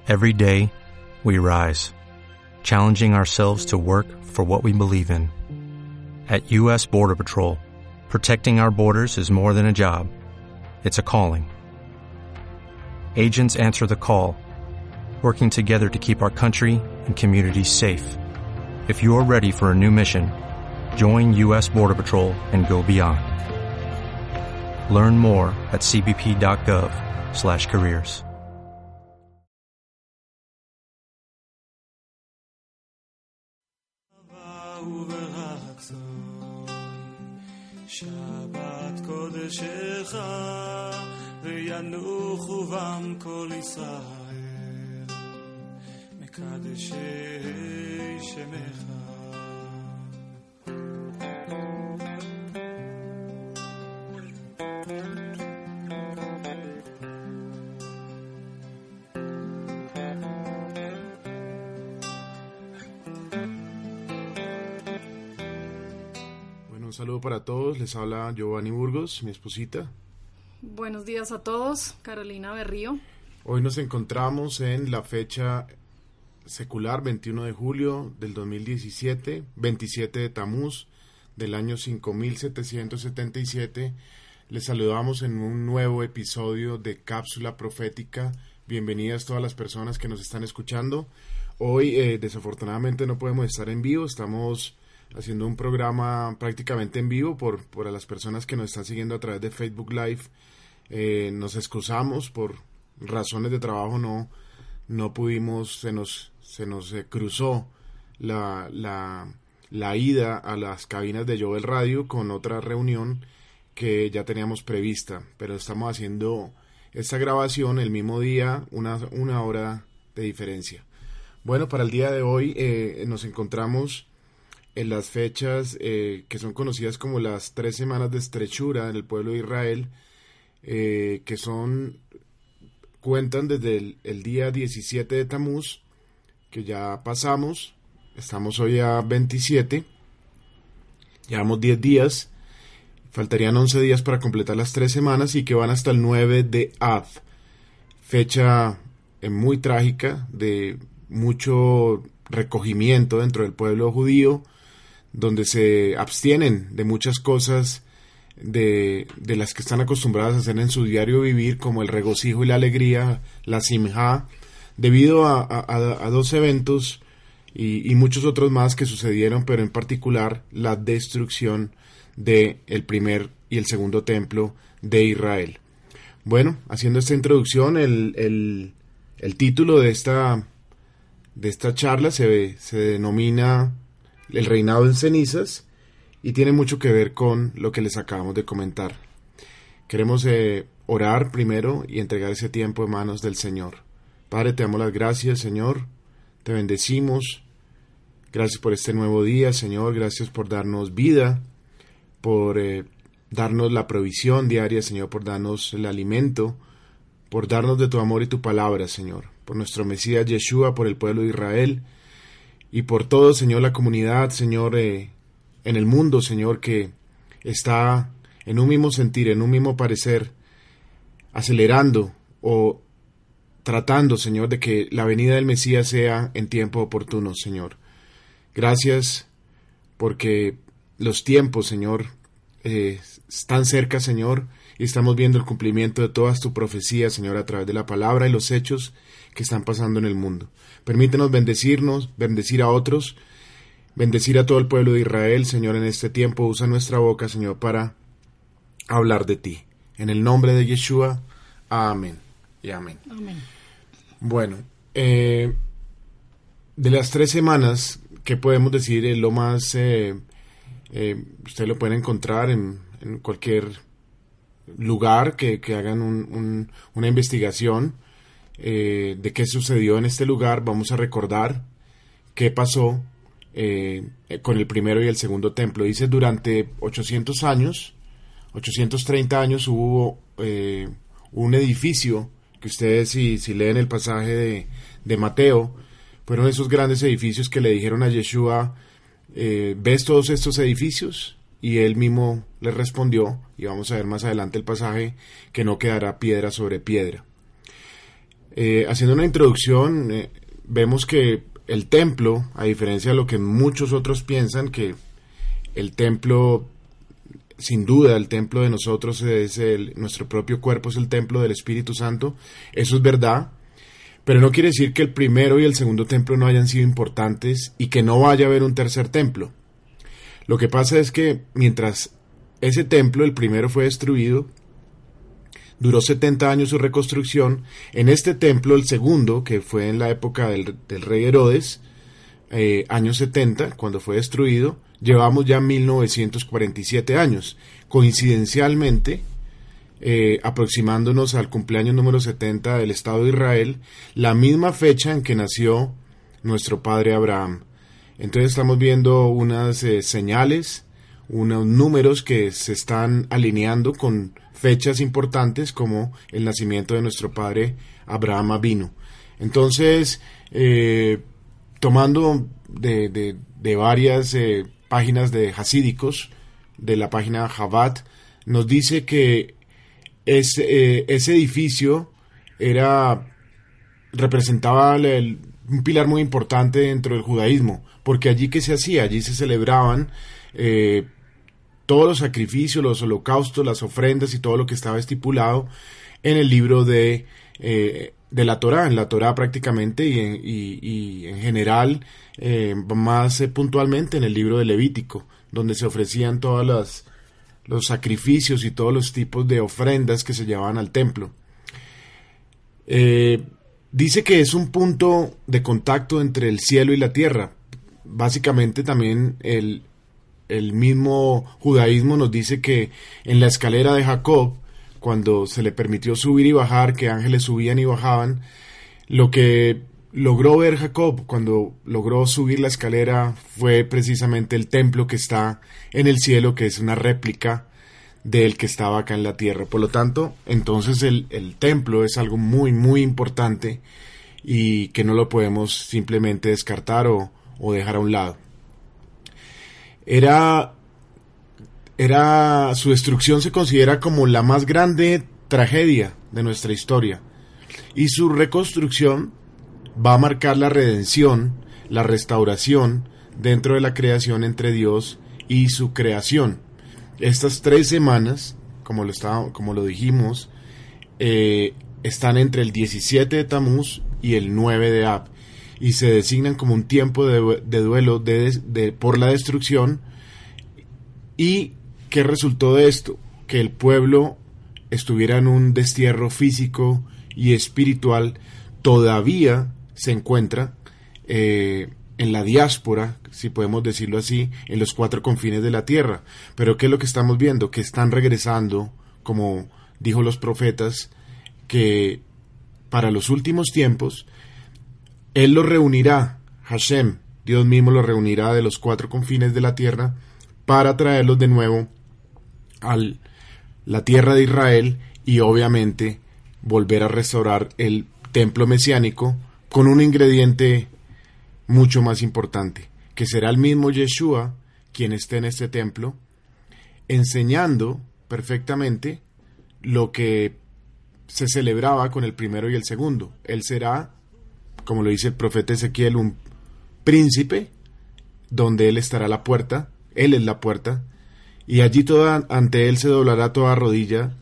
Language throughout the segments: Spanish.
Every day, we rise, challenging ourselves to work for what we believe in. At U.S. Border Patrol, protecting our borders is more than a job. It's a calling. Agents answer the call, working together to keep our country and communities safe. If you're ready for a new mission, join U.S. Border Patrol and go beyond. Learn more at cbp.gov/careers. שבת קודשך וינוחו בם כל ישראל מקדשי שמך. Un saludo para todos, les habla Giovanni Burgos, mi esposita. Buenos días a todos, Carolina Berrío. Hoy nos encontramos en la fecha secular 21 de julio del 2017, 27 de Tamuz del año 5777. Les saludamos en un nuevo episodio de Cápsula Profética. Bienvenidas todas las personas que nos están escuchando. Hoy desafortunadamente no podemos estar en vivo, estamos haciendo un programa prácticamente en vivo por las personas que nos están siguiendo a través de Facebook Live. Nos excusamos por razones de trabajo, no pudimos, se nos cruzó la ida a las cabinas de Jovel Radio con otra reunión que ya teníamos prevista, pero estamos haciendo esta grabación el mismo día, una hora de diferencia. Bueno, para el día de hoy nos encontramos en las fechas que son conocidas como las 3 semanas de estrechura en el pueblo de Israel, que cuentan desde el día 17 de Tamuz, que ya pasamos, estamos hoy a 27, llevamos 10 días, faltarían 11 días para completar las 3 semanas y que van hasta el 9 de Av, fecha muy trágica, de mucho recogimiento dentro del pueblo judío, donde se abstienen de muchas cosas de las que están acostumbradas a hacer en su diario vivir, como el regocijo y la alegría, la simjá, debido a 2 eventos y muchos otros más que sucedieron, pero en particular la destrucción del primer y el segundo templo de Israel. Bueno, haciendo esta introducción, el título de esta charla se denomina El reinado en cenizas, y tiene mucho que ver con lo que les acabamos de comentar. Queremos orar primero y entregar ese tiempo en manos del Señor. Padre, te damos las gracias, Señor, te bendecimos, gracias por este nuevo día, Señor, gracias por darnos vida, por darnos la provisión diaria, Señor, por darnos el alimento, por darnos de tu amor y tu palabra, Señor, por nuestro Mesías Yeshua, por el pueblo de Israel, y por todo, Señor, la comunidad, Señor, en el mundo, Señor, que está en un mismo sentir, en un mismo parecer, acelerando o tratando, Señor, de que la venida del Mesías sea en tiempo oportuno, Señor. Gracias porque los tiempos, Señor, están cerca, Señor, y estamos viendo el cumplimiento de todas tus profecías, Señor, a través de la palabra y los hechos que están pasando en el mundo. Permítenos bendecirnos, bendecir a otros, bendecir a todo el pueblo de Israel, Señor, en este tiempo. Usa nuestra boca, Señor, para hablar de ti. En el nombre de Yeshua, amén y amén. Amén. Bueno, de las 3 semanas, ¿qué podemos decir? Lo más, ustedes lo pueden encontrar en cualquier lugar que hagan una investigación de qué sucedió en este lugar. Vamos a recordar qué pasó con el primero y el segundo templo. Dice, durante 830 años hubo un edificio que ustedes, si leen el pasaje de Mateo, fueron esos grandes edificios que le dijeron a Yeshua, ¿ves todos estos edificios? Y él mismo le respondió, y vamos a ver más adelante el pasaje, que no quedará piedra sobre piedra. Haciendo una introducción, vemos que el templo, a diferencia de lo que muchos otros piensan, que el templo, sin duda, el templo de nosotros es nuestro propio cuerpo, es el templo del Espíritu Santo, eso es verdad, pero no quiere decir que el primero y el segundo templo no hayan sido importantes y que no vaya a haber un tercer templo. Lo que pasa es que mientras ese templo, el primero, fue destruido, duró 70 años su reconstrucción. En este templo, el segundo, que fue en la época del rey Herodes, años 70, cuando fue destruido, llevamos ya 1947 años. Coincidencialmente, aproximándonos al cumpleaños número 70 del Estado de Israel, la misma fecha en que nació nuestro padre Abraham. Entonces estamos viendo unas señales, unos números que se están alineando con fechas importantes como el nacimiento de nuestro padre Abraham Avinu. Entonces, tomando de varias páginas de hasídicos, de la página Chabad, nos dice que ese edificio representaba un pilar muy importante dentro del judaísmo, porque allí que se hacía, allí se celebraban todos los sacrificios, los holocaustos, las ofrendas y todo lo que estaba estipulado en el libro de la Torá, en la Torá prácticamente y en general, más puntualmente en el libro de Levítico, donde se ofrecían todos los sacrificios y todos los tipos de ofrendas que se llevaban al templo. Dice que es un punto de contacto entre el cielo y la tierra. Básicamente también el mismo judaísmo nos dice que en la escalera de Jacob, cuando se le permitió subir y bajar, que ángeles subían y bajaban, lo que logró ver Jacob cuando logró subir la escalera fue precisamente el templo que está en el cielo, que es una réplica del que estaba acá en la tierra. Por lo tanto, entonces el templo es algo muy, muy importante y que no lo podemos simplemente descartar o dejar a un lado. Su destrucción se considera como la más grande tragedia de nuestra historia, y su reconstrucción va a marcar la redención, la restauración dentro de la creación entre Dios y su creación. Estas 3 semanas, como lo dijimos, están entre el 17 de Tamuz y el 9 de Ab, y se designan como un tiempo de duelo por la destrucción. ¿Y qué resultó de esto? Que el pueblo estuviera en un destierro físico y espiritual. Todavía se encuentra en la diáspora, si podemos decirlo así, en los 4 confines de la tierra. Pero ¿qué es lo que estamos viendo? Que están regresando, como dijo los profetas, que para los últimos tiempos Él los reunirá, Hashem, Dios mismo los reunirá de los 4 confines de la tierra para traerlos de nuevo a la tierra de Israel y obviamente volver a restaurar el templo mesiánico con un ingrediente mucho más importante, que será el mismo Yeshua quien esté en este templo, enseñando perfectamente lo que se celebraba con el primero y el segundo. Él será, como lo dice el profeta Ezequiel, un príncipe, donde él estará a la puerta, él es la puerta, y allí ante él se doblará toda rodilla,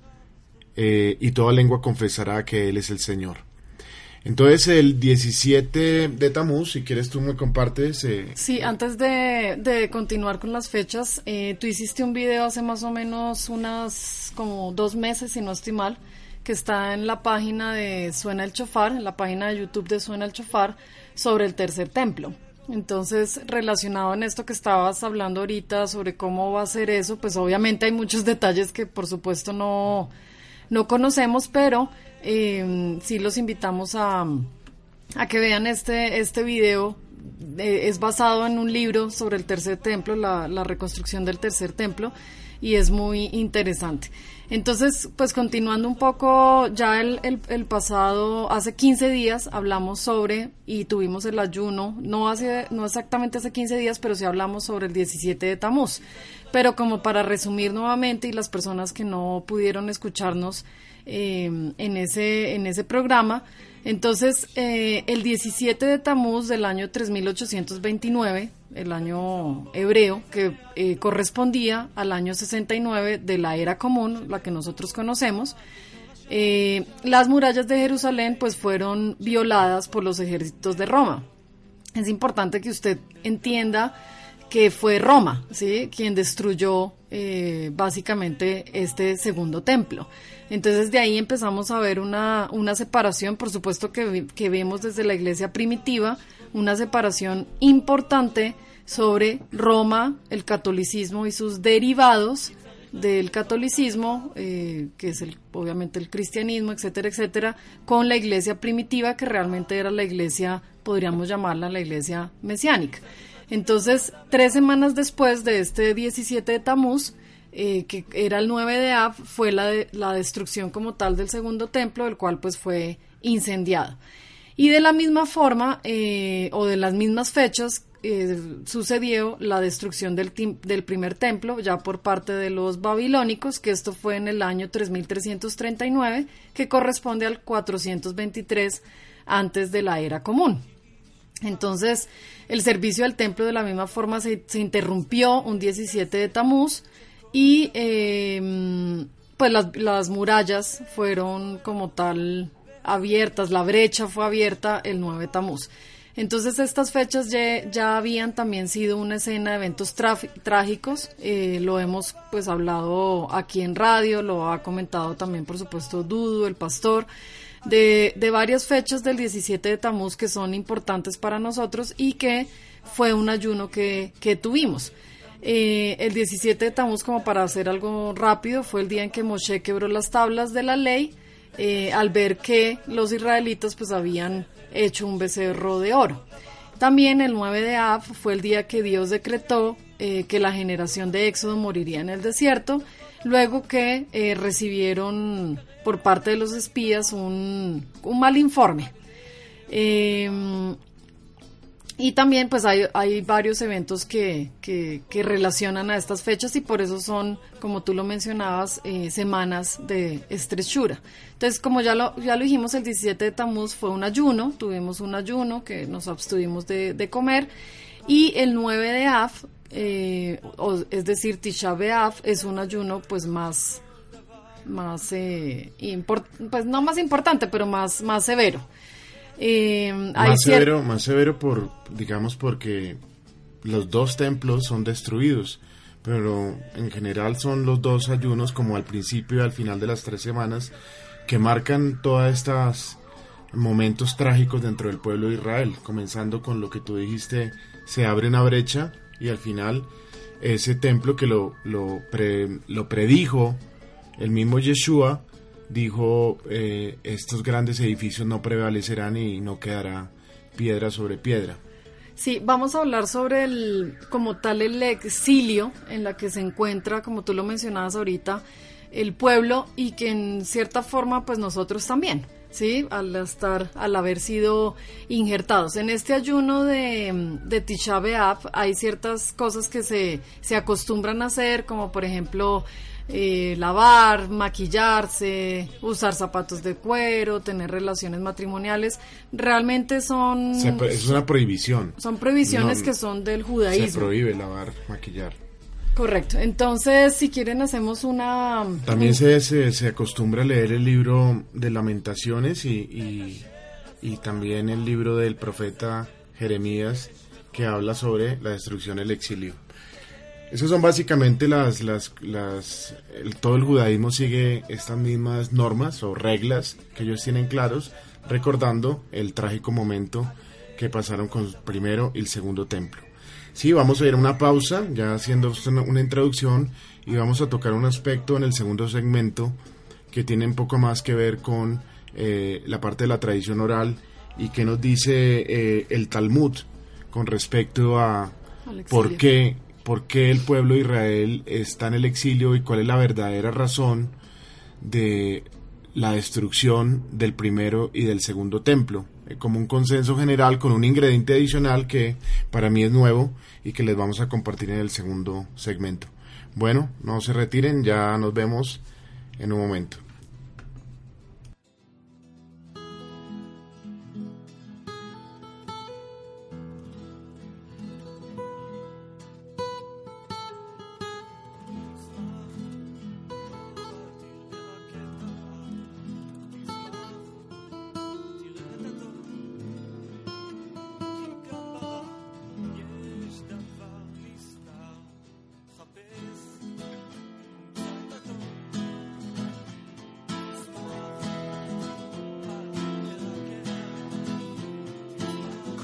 y toda lengua confesará que él es el Señor. Entonces el 17 de Tamuz, si quieres tú me compartes. Sí, antes de continuar con las fechas, tú hiciste un video hace más o menos como 2 meses, si no estoy mal, que está en la página de Suena el Chofar, en la página de YouTube de Suena el Chofar, sobre el tercer templo. Entonces, relacionado en esto que estabas hablando ahorita, sobre cómo va a ser eso, pues obviamente hay muchos detalles que por supuesto no conocemos, pero sí los invitamos a que vean este video. Es basado en un libro sobre el tercer templo, la reconstrucción del tercer templo, y es muy interesante. Entonces, pues continuando un poco, ya el pasado, hace 15 días hablamos sobre, y tuvimos el ayuno, no exactamente hace 15 días, pero sí hablamos sobre el 17 de Tamuz. Pero como para resumir nuevamente, y las personas que no pudieron escucharnos en ese programa, Entonces, el 17 de Tamuz del año 3829, el año hebreo, que correspondía al año 69 de la era común, la que nosotros conocemos, las murallas de Jerusalén pues fueron violadas por los ejércitos de Roma. Es importante que usted entienda que fue Roma, ¿sí?, quien destruyó básicamente este segundo templo. Entonces de ahí empezamos a ver una separación, por supuesto que vemos desde la iglesia primitiva, una separación importante sobre Roma, el catolicismo y sus derivados del catolicismo, que es obviamente el cristianismo, etcétera, etcétera, con la iglesia primitiva, que realmente era la iglesia, podríamos llamarla la iglesia mesiánica. Entonces, 3 semanas después de este 17 de Tamuz, que era el 9 de Av, fue la destrucción como tal del segundo templo, el cual pues fue incendiado. Y de la misma forma, o de las mismas fechas, sucedió la destrucción del primer templo ya por parte de los babilónicos, que esto fue en el año 3339, que corresponde al 423 antes de la era común. Entonces, el servicio al templo de la misma forma se interrumpió un 17 de Tamuz y pues las murallas fueron como tal abiertas, la brecha fue abierta el 9 de Tamuz. Entonces estas fechas ya habían también sido una escena de eventos trágicos, lo hemos pues hablado aquí en radio, lo ha comentado también por supuesto Dudu, el pastor, de varias fechas del 17 de Tamuz que son importantes para nosotros y que fue un ayuno que tuvimos. El 17 de Tamuz, como para hacer algo rápido, fue el día en que Moshe quebró las tablas de la ley al ver que los israelitas pues habían hecho un becerro de oro. También el 9 de Av fue el día que Dios decretó que la generación de Éxodo moriría en el desierto, luego que recibieron por parte de los espías un mal informe. Y también pues hay varios eventos que relacionan a estas fechas y por eso son, como tú lo mencionabas, semanas de estrechura. Entonces, como ya lo dijimos, el 17 de Tamuz fue un ayuno, tuvimos un ayuno que nos abstuvimos de comer, y el 9 de Av, es decir, Tisha B'Av, es un ayuno pues más pues no más importante, pero más severo. Más severo porque los dos templos son destruidos, pero en general son los dos ayunos, como al principio y al final de las 3 semanas, que marcan todas estas momentos trágicos dentro del pueblo de Israel, comenzando con lo que tú dijiste, se abre una brecha y al final ese templo que lo predijo el mismo Yeshua, dijo, estos grandes edificios no prevalecerán y no quedará piedra sobre piedra. Sí, vamos a hablar sobre el exilio en la que se encuentra, como tú lo mencionabas ahorita, el pueblo, y que en cierta forma pues nosotros también, ¿sí? Al haber sido injertados. En este ayuno de Tisha B'Av hay ciertas cosas que se acostumbran a hacer, como por ejemplo lavar, maquillarse, usar zapatos de cuero, tener relaciones matrimoniales. Realmente es una prohibición. Son prohibiciones que son del judaísmo. Se prohíbe lavar, maquillar. Correcto. Entonces, si quieren, hacemos una... También se acostumbra a leer el libro de Lamentaciones y también el libro del profeta Jeremías, que habla sobre la destrucción del exilio. Esas son básicamente todo el judaísmo sigue estas mismas normas o reglas que ellos tienen claros, recordando el trágico momento que pasaron con el primero y el segundo templo. Sí, vamos a ir a una pausa, ya haciendo una introducción, y vamos a tocar un aspecto en el segundo segmento que tiene un poco más que ver con la parte de la tradición oral y que nos dice el Talmud con respecto a por qué el pueblo de Israel está en el exilio y cuál es la verdadera razón de la destrucción del primero y del segundo templo, como un consenso general con un ingrediente adicional que para mí es nuevo y que les vamos a compartir en el segundo segmento. Bueno, no se retiren, ya nos vemos en un momento.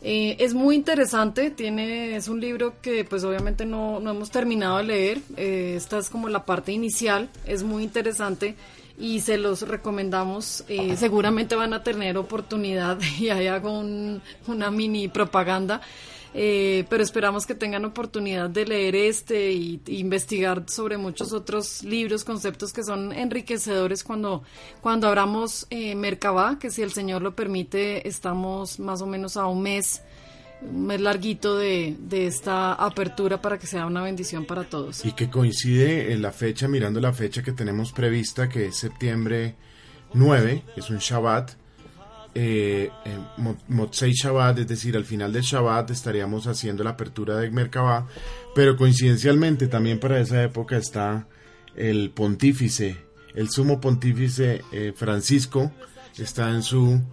Es muy interesante, es un libro que pues obviamente no hemos terminado de leer, esta es como la parte inicial, es muy interesante y se los recomendamos, seguramente van a tener oportunidad y ahí hago una mini propaganda, pero esperamos que tengan oportunidad de leer y investigar sobre muchos otros libros, conceptos que son enriquecedores cuando abramos Merkabah, que si el Señor lo permite, estamos más o menos a un mes larguito de esta apertura para que sea una bendición para todos. Y que coincide en la fecha, mirando la fecha que tenemos prevista, que es septiembre 9, es un Shabbat, Motzei Shabbat, es decir, al final del Shabbat estaríamos haciendo la apertura de Merkabah, pero coincidencialmente también para esa época está el pontífice, el sumo pontífice Francisco, está en su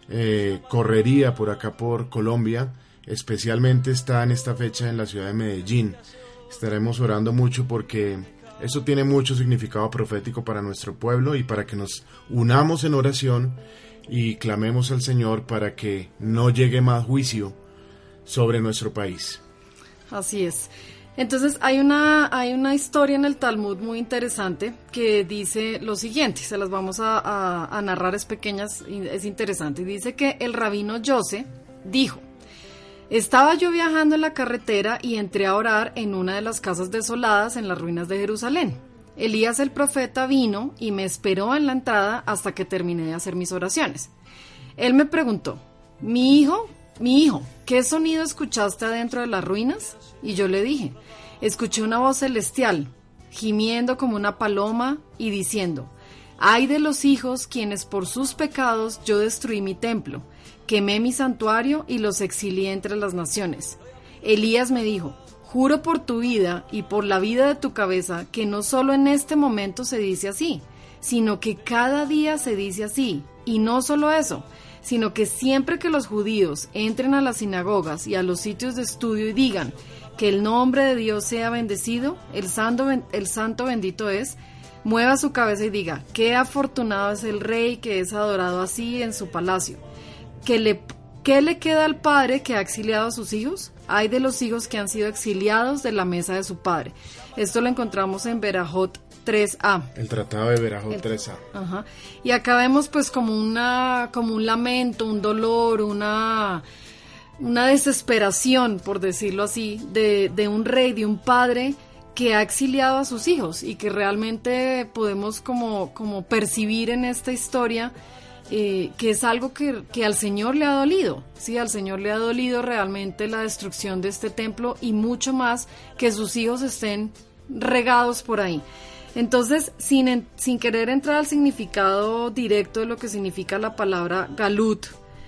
correría por acá por Colombia, especialmente está en esta fecha en la ciudad de Medellín. Estaremos orando mucho porque eso tiene mucho significado profético para nuestro pueblo y para que nos unamos en oración y clamemos al Señor para que no llegue más juicio sobre nuestro país. Así es. Entonces hay una historia en el Talmud muy interesante que dice lo siguiente, se las vamos a narrar, es pequeñas, es interesante. Dice que el rabino Yose dijo: estaba yo viajando en la carretera y entré a orar en una de las casas desoladas en las ruinas de Jerusalén. Elías el profeta vino y me esperó en la entrada hasta que terminé de hacer mis oraciones. Él me preguntó: mi hijo, ¿qué sonido escuchaste adentro de las ruinas? Y yo le dije: escuché una voz celestial, gimiendo como una paloma y diciendo: ay de los hijos quienes por sus pecados yo destruí mi templo, quemé mi santuario y los exilié entre las naciones. Elías me dijo: juro por tu vida y por la vida de tu cabeza que no solo en este momento se dice así, sino que cada día se dice así, y no solo eso, sino que siempre que los judíos entren a las sinagogas y a los sitios de estudio y digan que el nombre de Dios sea bendecido, el santo bendito es, mueva su cabeza y diga: qué afortunado es el rey que es adorado así en su palacio. ¿Qué le queda al padre que ha exiliado a sus hijos? Ay de los hijos que han sido exiliados de la mesa de su padre. Esto lo encontramos en Berajot 3a. El tratado de Berajot 3a. Ajá. Y acá vemos pues como un lamento, un dolor, una desesperación, por decirlo así, de un rey, de un padre que ha exiliado a sus hijos y que realmente podemos como percibir en esta historia que es algo que al Señor le ha dolido, ¿sí? Al Señor le ha dolido realmente la destrucción de este templo y mucho más que sus hijos estén regados por ahí. Entonces, sin querer entrar al significado directo de lo que significa la palabra galut,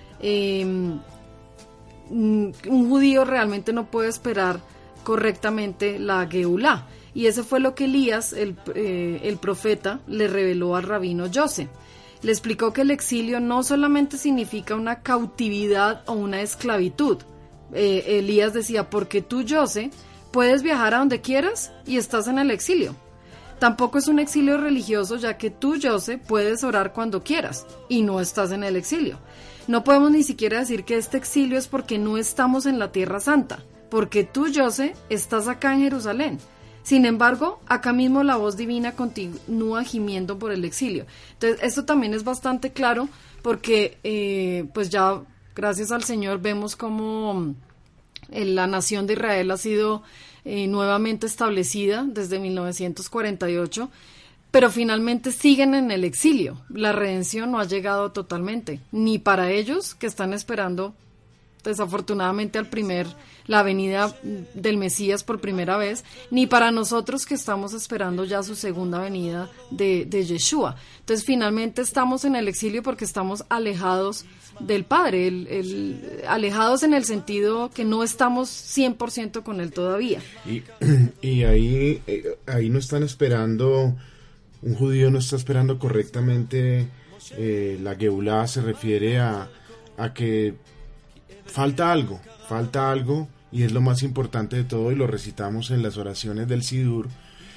un judío realmente no puede esperar correctamente la Geulá, y eso fue lo que Elías, el profeta, le reveló al rabino Yose. Le explicó que el exilio no solamente significa una cautividad o una esclavitud. Elías decía: porque tú, Yose, puedes viajar a donde quieras y estás en el exilio. Tampoco es un exilio religioso, ya que tú, Yose, puedes orar cuando quieras y no estás en el exilio. No podemos ni siquiera decir que este exilio es porque no estamos en la Tierra Santa, porque tú, Yose, estás acá en Jerusalén. Sin embargo, acá mismo la voz divina continúa gimiendo por el exilio. Entonces, esto también es bastante claro porque, pues ya, gracias al Señor, vemos cómo la nación de Israel ha sido nuevamente establecida desde 1948, pero finalmente siguen en el exilio. La redención no ha llegado totalmente, ni para ellos que están esperando desafortunadamente la venida del Mesías por primera vez, ni para nosotros que estamos esperando ya su segunda venida de Yeshua. Entonces finalmente estamos en el exilio porque estamos alejados del Padre, alejados en el sentido que no estamos 100% con Él todavía. Y ahí no están esperando, un judío no está esperando correctamente la Geulá, se refiere a que falta algo, y es lo más importante de todo, y lo recitamos en las oraciones del Sidur,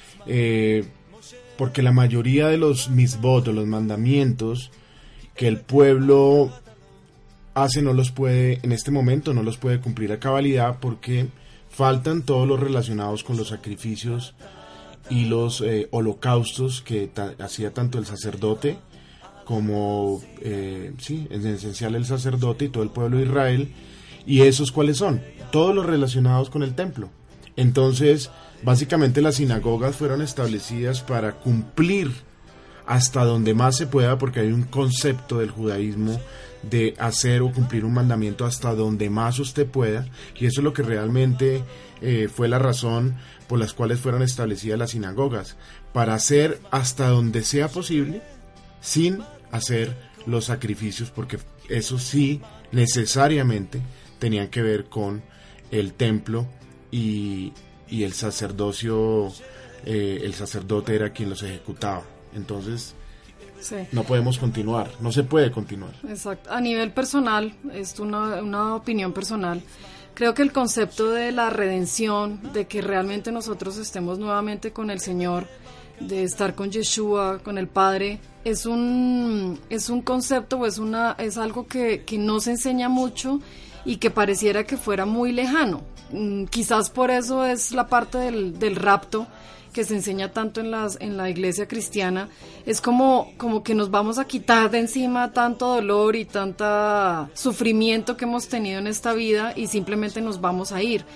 porque la mayoría de los misbot, o los mandamientos que el pueblo no los puede, en este momento no los puede cumplir a cabalidad porque faltan todos los relacionados con los sacrificios y los holocaustos que hacía tanto el sacerdote como, en esencial el sacerdote y todo el pueblo de Israel. ¿Y esos cuáles son? Todos los relacionados con el templo. Entonces, básicamente las sinagogas fueron establecidas para cumplir hasta donde más se pueda, porque hay un concepto del judaísmo de hacer o cumplir un mandamiento hasta donde más usted pueda, y eso es lo que realmente fue la razón por las cuales fueron establecidas las sinagogas, para hacer hasta donde sea posible sin hacer los sacrificios, porque eso sí necesariamente tenían que ver con el templo y el sacerdocio. El sacerdote era quien los ejecutaba. Entonces sí, no podemos continuar, no se puede continuar. Exacto. A nivel personal, es una opinión personal, creo que el concepto de la redención, de que realmente nosotros estemos nuevamente con el Señor, de estar con Yeshua, con el Padre, es un concepto o es algo que no se enseña mucho y que pareciera que fuera muy lejano. Quizás por eso es la parte del rapto que se enseña tanto en la iglesia cristiana. Es como que nos vamos a quitar de encima tanto dolor y tanta sufrimiento que hemos tenido en esta vida y simplemente nos vamos a ir.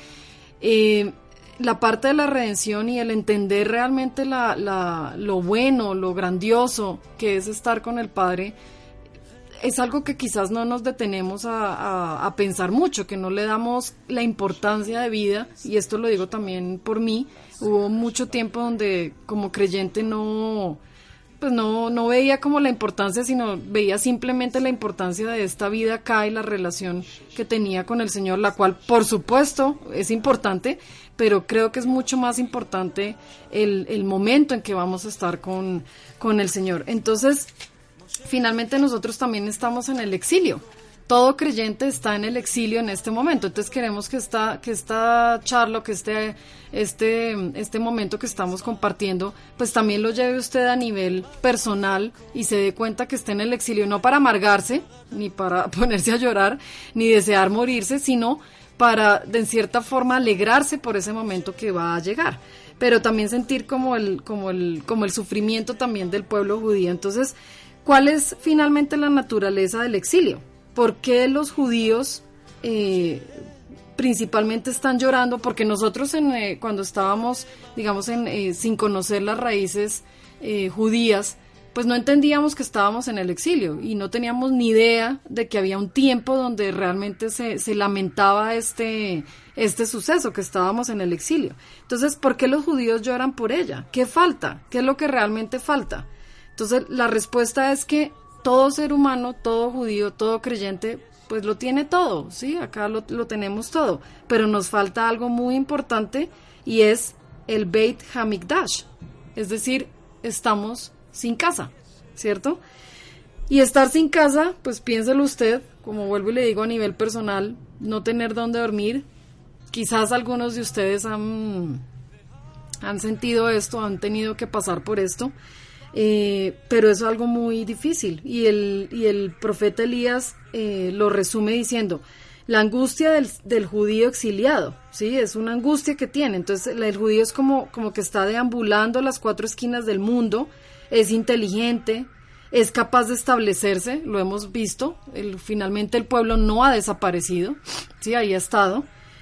La parte de la redención y el entender realmente lo bueno, lo grandioso que es estar con el Padre, es algo que quizás no nos detenemos a pensar mucho, que no le damos la importancia de vida, y esto lo digo también por mí. Hubo mucho tiempo donde como creyente no veía como la importancia, sino veía simplemente la importancia de esta vida acá y la relación que tenía con el Señor, la cual por supuesto es importante, pero creo que es mucho más importante el momento en que vamos a estar con el Señor. Entonces, finalmente nosotros también estamos en el exilio. Todo creyente está en el exilio en este momento. Entonces queremos que esta charla, que este momento que estamos compartiendo, pues también lo lleve usted a nivel personal y se dé cuenta que está en el exilio, no para amargarse, ni para ponerse a llorar, ni desear morirse, sino para, de cierta forma, alegrarse por ese momento que va a llegar. Pero también sentir como el sufrimiento también del pueblo judío. Entonces, ¿cuál es finalmente la naturaleza del exilio? ¿Por qué los judíos principalmente están llorando? Porque nosotros cuando estábamos, digamos, sin conocer las raíces judías, pues no entendíamos que estábamos en el exilio y no teníamos ni idea de que había un tiempo donde realmente se lamentaba este suceso, que estábamos en el exilio. Entonces, ¿por qué los judíos lloran por ella? ¿Qué falta? ¿Qué es lo que realmente falta? Entonces, la respuesta es que todo ser humano, todo judío, todo creyente, pues lo tiene todo, ¿sí? Acá lo tenemos todo, pero nos falta algo muy importante y es el Beit HaMikdash, es decir, estamos sin casa, ¿cierto? Y estar sin casa, pues piénselo usted, como vuelvo y le digo a nivel personal, no tener dónde dormir. Quizás algunos de ustedes han sentido esto, han tenido que pasar por esto. Pero es algo muy difícil y el profeta Elías lo resume diciendo: la angustia del judío exiliado, ¿sí? Es una angustia que tiene. Entonces el judío es como que está deambulando a las cuatro esquinas del mundo, es inteligente, es capaz de establecerse, lo hemos visto, finalmente el pueblo no ha desaparecido, ¿sí? Ahí ha estado,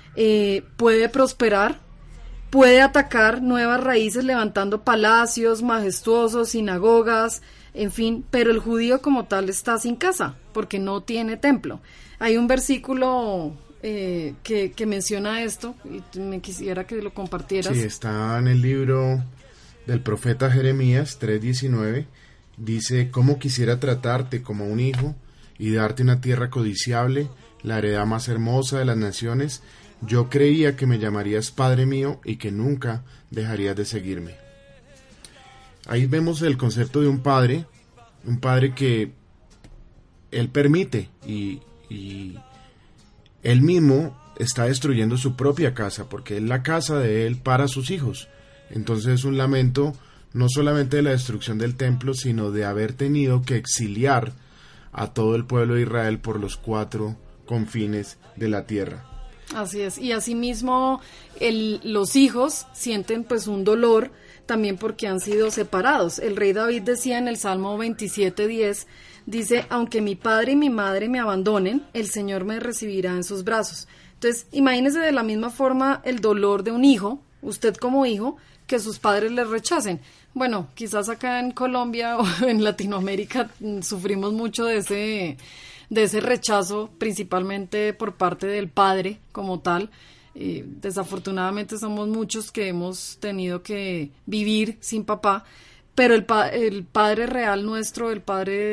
puede prosperar, puede atacar nuevas raíces levantando palacios majestuosos, sinagogas, en fin, pero el judío como tal está sin casa porque no tiene templo. Hay un versículo que menciona esto y me quisiera que lo compartieras. Sí, está en el libro del profeta Jeremías 3:19. Dice: ¿cómo quisiera tratarte como un hijo y darte una tierra codiciable, la heredad más hermosa de las naciones? Yo creía que me llamarías Padre mío y que nunca dejarías de seguirme. Ahí vemos el concepto de un padre que él permite y él mismo está destruyendo su propia casa, porque es la casa de él para sus hijos. Entonces es un lamento no solamente de la destrucción del templo, sino de haber tenido que exiliar a todo el pueblo de Israel por los 4 confines de la tierra. Así es, y asimismo los hijos sienten pues un dolor también porque han sido separados. El rey David decía en el Salmo 27:10, dice, aunque mi padre y mi madre me abandonen, el Señor me recibirá en sus brazos. Entonces, imagínese de la misma forma el dolor de un hijo, usted como hijo, que sus padres le rechacen. Bueno, quizás acá en Colombia o en Latinoamérica sufrimos mucho de ese rechazo, principalmente por parte del padre como tal. Desafortunadamente somos muchos que hemos tenido que vivir sin papá, pero el padre real nuestro, el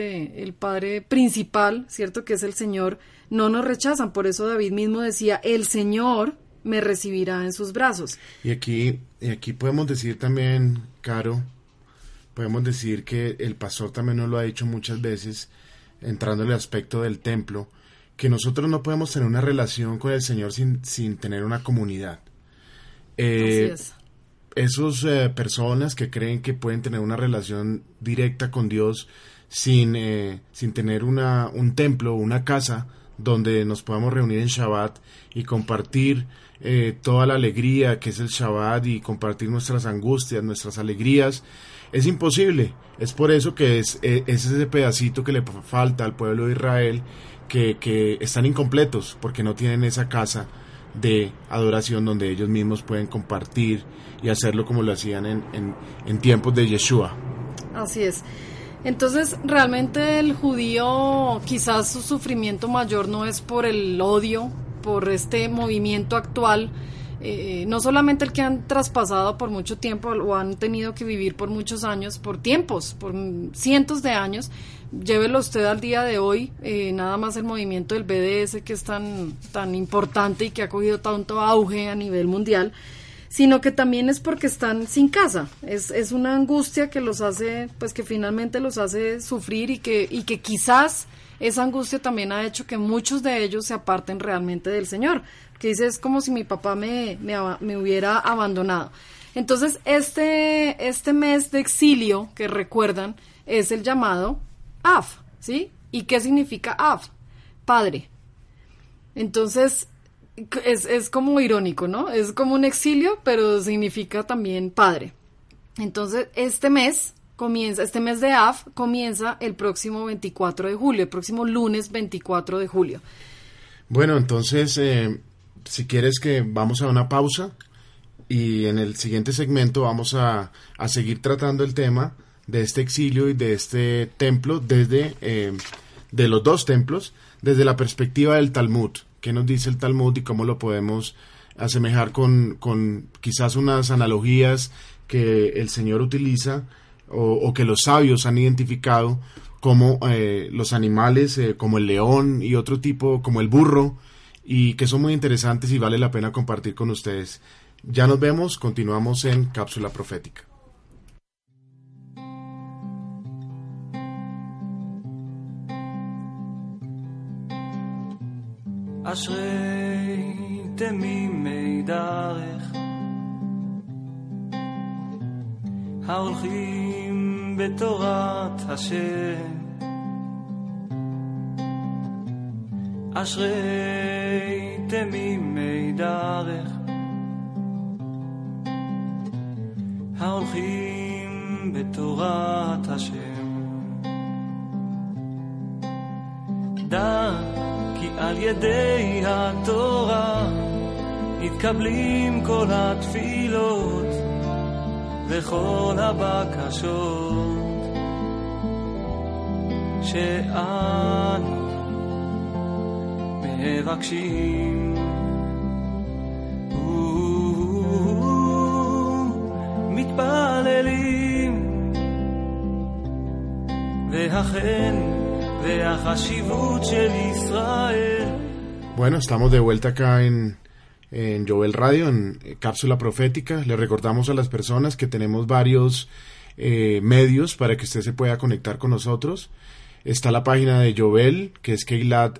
padre principal, ¿cierto? Que es el Señor, no nos rechazan. Por eso David mismo decía, el Señor me recibirá en sus brazos. Y aquí podemos decir también, Caro, podemos decir que el pastor también nos lo ha dicho muchas veces, entrando en el aspecto del templo, que nosotros no podemos tener una relación con el Señor sin tener una comunidad. Así es. Esos personas que creen que pueden tener una relación directa con Dios sin tener un templo, una casa donde nos podamos reunir en Shabbat y compartir toda la alegría que es el Shabbat y compartir nuestras angustias, nuestras alegrías, es imposible. Es por eso que es ese pedacito que le falta al pueblo de Israel, que están incompletos porque no tienen esa casa de adoración donde ellos mismos pueden compartir y hacerlo como lo hacían en tiempos de Yeshua. Así es. Entonces, realmente el judío, quizás su sufrimiento mayor no es por el odio, por este movimiento actual, no solamente el que han traspasado por mucho tiempo o han tenido que vivir por muchos años, por tiempos, por cientos de años. Llévelo usted al día de hoy, nada más el movimiento del BDS, que es tan importante y que ha cogido tanto auge a nivel mundial, sino que también es porque están sin casa. Es una angustia que los hace, pues que finalmente los hace sufrir y que quizás esa angustia también ha hecho que muchos de ellos se aparten realmente del Señor. Que dice, es como si mi papá me hubiera abandonado. Entonces, este mes de exilio que recuerdan es el llamado Av, ¿sí? ¿Y qué significa Av? Padre. Entonces, es como irónico, ¿no? Es como un exilio, pero significa también padre. Entonces, este mes de Av comienza el próximo 24 de julio, el próximo lunes 24 de julio. Bueno, entonces, si quieres que vamos a una pausa y en el siguiente segmento vamos a seguir tratando el tema de este exilio y de este templo de los dos templos desde la perspectiva del Talmud. ¿Qué nos dice el Talmud y cómo lo podemos asemejar con quizás unas analogías que el Señor utiliza o que los sabios han identificado como los animales, como el león y otro tipo, como el burro, y que son muy interesantes y vale la pena compartir con ustedes. Ya nos vemos, continuamos en Cápsula Profética. אשרי תמימי דרך ההולכים בתורת השם אשרי תמימי דרך ההולכים בתורת השם דע כי על ידי התורה מתקבלים כל התפילות וכל הבקשות שאנו מבקשים מתפללים והחן והחשיבות של ישראל. Bueno, estamos de vuelta acá en Jovel Radio, en Cápsula Profética. Le recordamos a las personas que tenemos varios medios para que usted se pueda conectar con nosotros. Está la página de Jovel, que es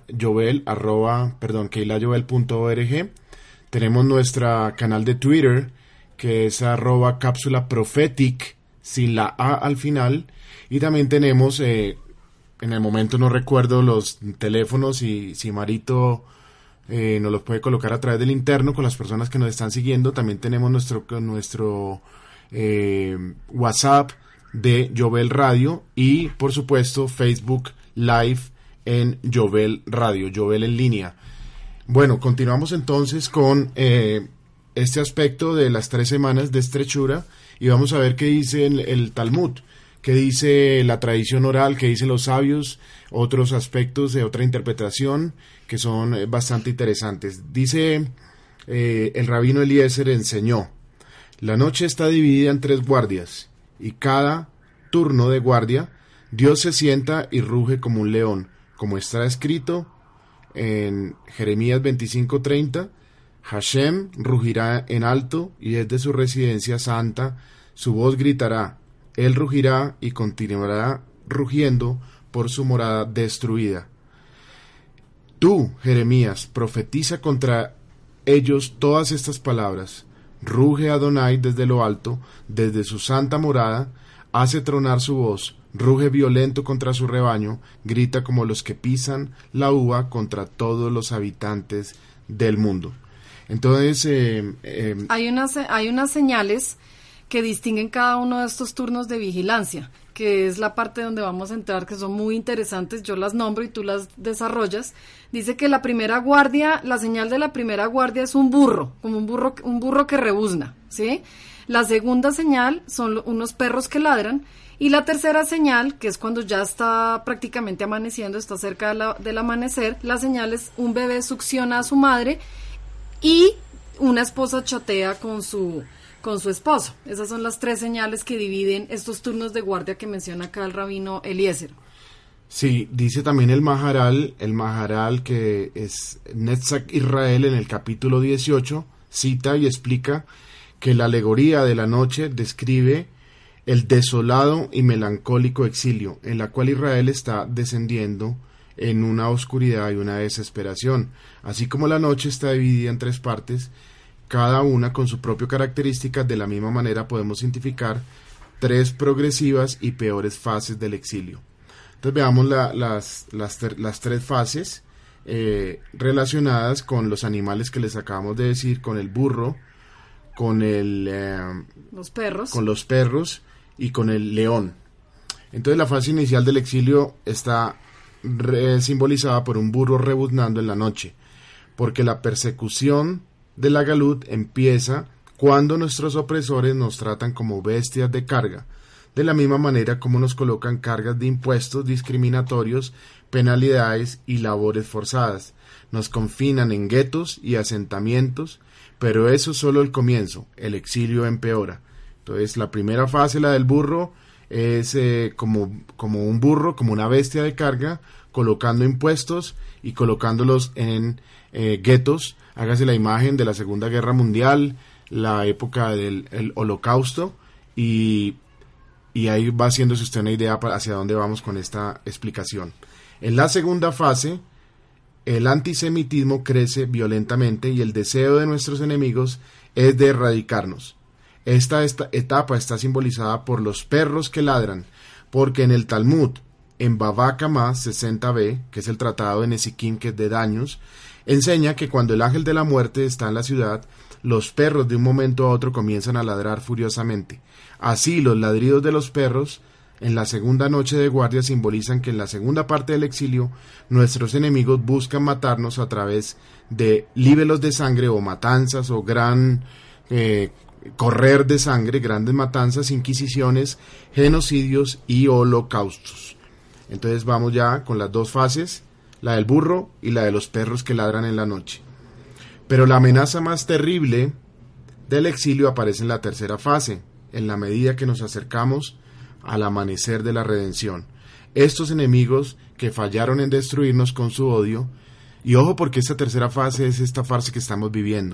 keilatjovel.org. Tenemos nuestro canal de Twitter, que es @cápsula prophetic, sin la A al final. Y también tenemos en el momento no recuerdo los teléfonos y si Marito nos los puede colocar a través del interno con las personas que nos están siguiendo. También tenemos nuestro WhatsApp de Jovel Radio y por supuesto Facebook Live en Jovel Radio, Jovel en línea. Bueno, continuamos entonces con este aspecto de las 3 semanas de estrechura y vamos a ver qué dice el Talmud, qué dice la tradición oral, qué dicen los sabios, otros aspectos de otra interpretación que son bastante interesantes. Dice el rabino Eliezer enseñó: la noche está dividida en 3 guardias y cada turno de guardia Dios se sienta y ruge como un león, como está escrito en Jeremías 25:30, Hashem rugirá en alto y desde su residencia santa su voz gritará, él rugirá y continuará rugiendo por su morada destruida. Tú, Jeremías, profetiza contra ellos todas estas palabras. Ruge Adonai desde lo alto, desde su santa morada, hace tronar su voz, ruge violento contra su rebaño, grita como los que pisan la uva contra todos los habitantes del mundo. Entonces, hay unas señales que distinguen cada uno de estos turnos de vigilancia, que es la parte donde vamos a entrar, que son muy interesantes. Yo las nombro y tú las desarrollas. Dice que la primera guardia, la señal de la primera guardia es un burro, como un burro que rebuzna, ¿sí? La segunda señal son unos perros que ladran. Y la tercera señal, que es cuando ya está prácticamente amaneciendo, está cerca del amanecer, la señal es un bebé succiona a su madre y una esposa chatea con su esposo. Esas son las 3 señales que dividen estos turnos de guardia que menciona acá el rabino Eliezer. Sí, dice también el Maharal que es Netzach Israel en el capítulo 18, cita y explica que la alegoría de la noche describe el desolado y melancólico exilio, en la cual Israel está descendiendo en una oscuridad y una desesperación. Así como la noche está dividida en 3 partes, cada una con su propia característica, de la misma manera podemos identificar 3 progresivas y peores fases del exilio. Entonces veamos las 3 fases relacionadas con los animales que les acabamos de decir, con el burro, con los perros y con el león. Entonces la fase inicial del exilio está simbolizada por un burro rebuznando en la noche, porque la persecución de la galut empieza cuando nuestros opresores nos tratan como bestias de carga, de la misma manera como nos colocan cargas de impuestos discriminatorios, penalidades y labores forzadas. Nos confinan en guetos y asentamientos, pero eso es solo el comienzo, el exilio empeora. Entonces la primera fase, la del burro, es como un burro, como una bestia de carga, colocando impuestos y colocándolos en guetos. Hágase la imagen de la Segunda Guerra Mundial, la época del Holocausto, y ahí va haciéndose usted una idea hacia dónde vamos con esta explicación. En la segunda fase, el antisemitismo crece violentamente y el deseo de nuestros enemigos es de erradicarnos. Esta etapa está simbolizada por los perros que ladran, porque en el Talmud, en Bava Kamá 60b, que es el tratado de Nesikim, que es de daños, enseña que cuando el ángel de la muerte está en la ciudad, los perros de un momento a otro comienzan a ladrar furiosamente. Así, los ladridos de los perros en la segunda noche de guardia simbolizan que en la segunda parte del exilio nuestros enemigos buscan matarnos a través de líbelos de sangre o matanzas o gran correr de sangre, grandes matanzas, inquisiciones, genocidios y holocaustos. Entonces vamos ya con las 2 fases, la del burro y la de los perros que ladran en la noche. Pero la amenaza más terrible del exilio aparece en la tercera fase, en la medida que nos acercamos al amanecer de la redención. Estos enemigos que fallaron en destruirnos con su odio, y ojo porque esta tercera fase es esta fase que estamos viviendo,